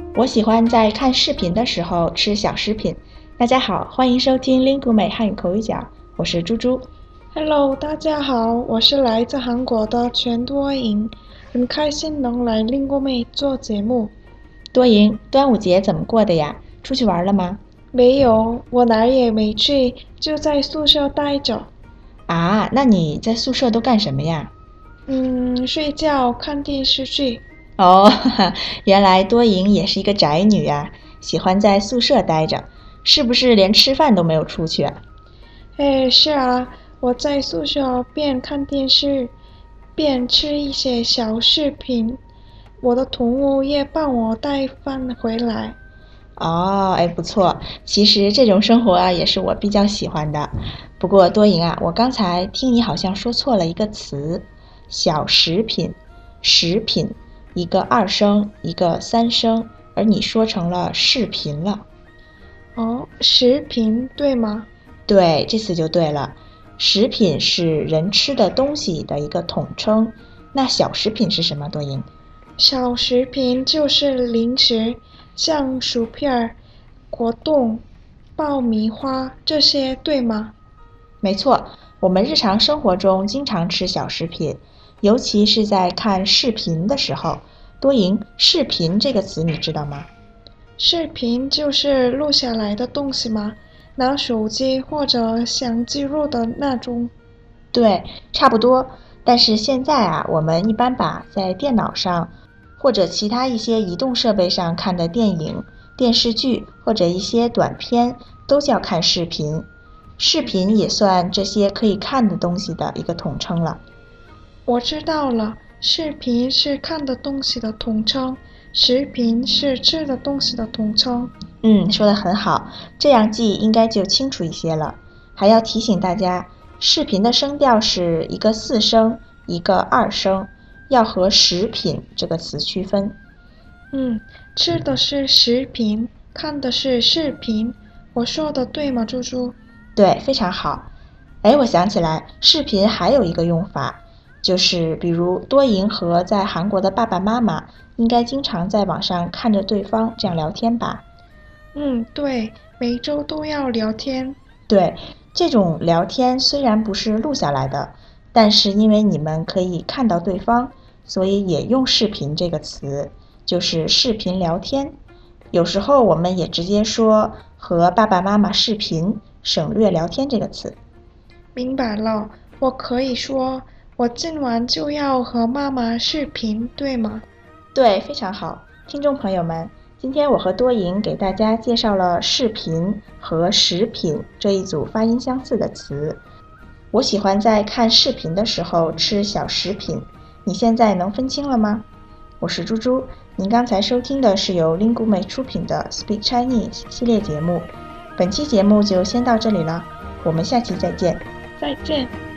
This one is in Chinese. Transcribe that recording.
我喜欢在看视频的时候吃小食品。大家好，欢迎收听 Lingu 美汉语口语角，我是猪猪。 Hello，大家好，我是来自韩国的全多莹，很开心能来Lingu美做节目。 多莹，端午节怎么过的呀？出去玩了吗？ 没有，我哪儿也没去，就在宿舍待着。 啊，那你在宿舍都干什么呀？ 睡觉、看电视剧。 哦，原来多莹也是一个宅女啊，喜欢在宿舍待着，是不是连吃饭都没有出去啊？ 是啊，我在宿舍边看电视，边吃一些小视频。我的同屋也帮我带饭回来。 哦，不错，其实这种生活啊也是我比较喜欢的。不过多莹啊，我刚才听你好像说错了一个词，小食品，食品，一个二声，一个三声，而你说成了视频了。 哦，视频对吗？ 对，这次就对了。食品是人吃的东西的一个统称，那小食品是什么？多莹？ 小食品就是零食，像薯片、果冻、爆米花这些，对吗？ 没错，我们日常生活中经常吃小食品，尤其是在看视频的时候。多赢，视频这个词你知道吗？ 视频就是录下来的东西吗？拿手机或者相机录的那种。 对，差不多。但是现在啊，我们一般把在电脑上或者其他一些移动设备上看的电影、电视剧或者一些短片都叫看视频。视频也算这些可以看的东西的一个统称了。 我知道了，视频是看的东西的统称，食品是吃的东西的统称。 说得很好，这样记应该就清楚一些了。还要提醒大家，视频的声调是一个四声，一个二声，要和食品这个词区分。 吃的是食品，看的是视频。我说的对吗，猪猪？ 对，非常好。我想起来，视频还有一个用法，就是比如多银和在韩国的爸爸妈妈应该经常在网上看着对方这样聊天吧？ 对，每周都要聊天。 对，这种聊天虽然不是录下来的，但是因为你们可以看到对方，所以也用视频这个词，就是视频聊天。有时候我们也直接说和爸爸妈妈视频，省略聊天这个词。 明白了，我可以说，我今晚就要和妈妈视频，对吗？ 对，非常好。听众朋友们，今天我和多莹给大家介绍了视频和食品这一组发音相似的词。我喜欢在看视频的时候吃小食品，你现在能分清了吗？我是猪猪，您刚才收听的是由 Lingu 美出品的 Speak Chinese 系列节目。本期节目就先到这里了，我们下期再见。 再见。